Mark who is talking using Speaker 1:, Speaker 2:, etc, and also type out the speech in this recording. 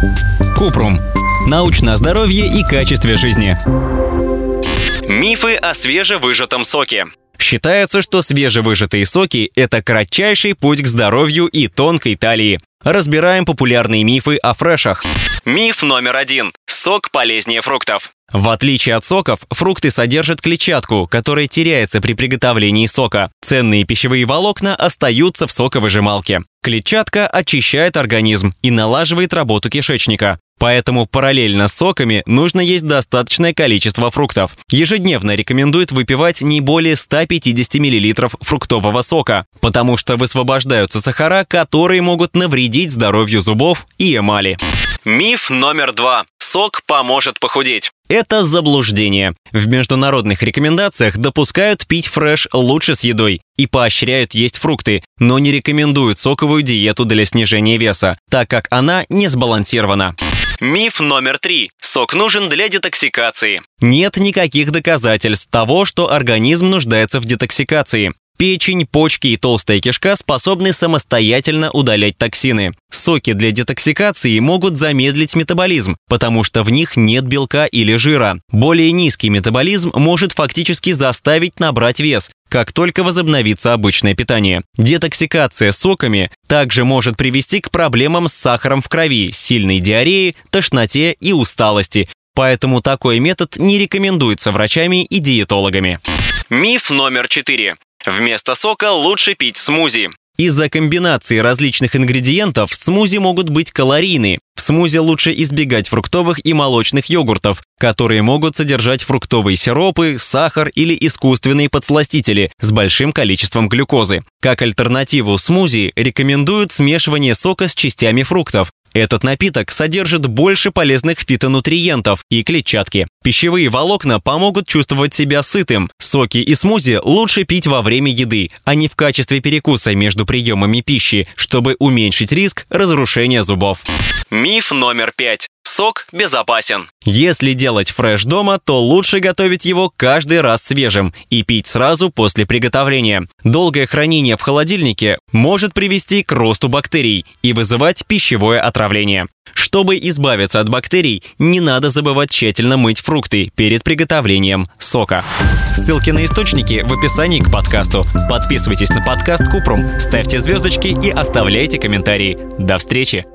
Speaker 1: Купрум. Научное здоровье и качестве жизни.
Speaker 2: Мифы о свежевыжатом соке.
Speaker 1: Считается, что свежевыжатые соки – это кратчайший путь к здоровью и тонкой талии. Разбираем популярные мифы о фрешах.
Speaker 2: Миф номер 1. Сок полезнее фруктов.
Speaker 1: В отличие от соков, фрукты содержат клетчатку, которая теряется при приготовлении сока. Ценные пищевые волокна остаются в соковыжималке. Клетчатка очищает организм и налаживает работу кишечника. Поэтому параллельно с соками нужно есть достаточное количество фруктов. Ежедневно рекомендуют выпивать не более 150 мл фруктового сока, потому что высвобождаются сахара, которые могут навредить здоровью зубов и эмали.
Speaker 2: Миф номер 2. Сок поможет похудеть.
Speaker 1: Это заблуждение. В международных рекомендациях допускают пить фреш лучше с едой и поощряют есть фрукты, но не рекомендуют соковую диету для снижения веса, так как она не сбалансирована.
Speaker 2: Миф номер 3. Сок нужен для детоксикации.
Speaker 1: Нет никаких доказательств того, что организм нуждается в детоксикации. Печень, почки и толстая кишка способны самостоятельно удалять токсины. Соки для детоксикации могут замедлить метаболизм, потому что в них нет белка или жира. Более низкий метаболизм может фактически заставить набрать вес, как только возобновится обычное питание. Детоксикация соками также может привести к проблемам с сахаром в крови, сильной диарее, тошноте и усталости. Поэтому такой метод не рекомендуется врачами и диетологами.
Speaker 2: Миф номер 4. Вместо сока лучше пить смузи.
Speaker 1: Из-за комбинации различных ингредиентов смузи могут быть калорийны. В смузи лучше избегать фруктовых и молочных йогуртов, которые могут содержать фруктовые сиропы, сахар или искусственные подсластители с большим количеством глюкозы. Как альтернативу смузи рекомендуют смешивание сока с частями фруктов. Этот напиток содержит больше полезных фитонутриентов и клетчатки. Пищевые волокна помогут чувствовать себя сытым. Соки и смузи лучше пить во время еды, а не в качестве перекуса между приемами пищи, чтобы уменьшить риск разрушения зубов.
Speaker 2: Миф номер 5. Сок безопасен.
Speaker 1: Если делать фреш дома, то лучше готовить его каждый раз свежим и пить сразу после приготовления. Долгое хранение в холодильнике может привести к росту бактерий и вызывать пищевое отравление. Чтобы избавиться от бактерий, не надо забывать тщательно мыть фрукты перед приготовлением сока. Ссылки на источники в описании к подкасту. Подписывайтесь на подкаст Купрум, ставьте звездочки и оставляйте комментарии. До встречи!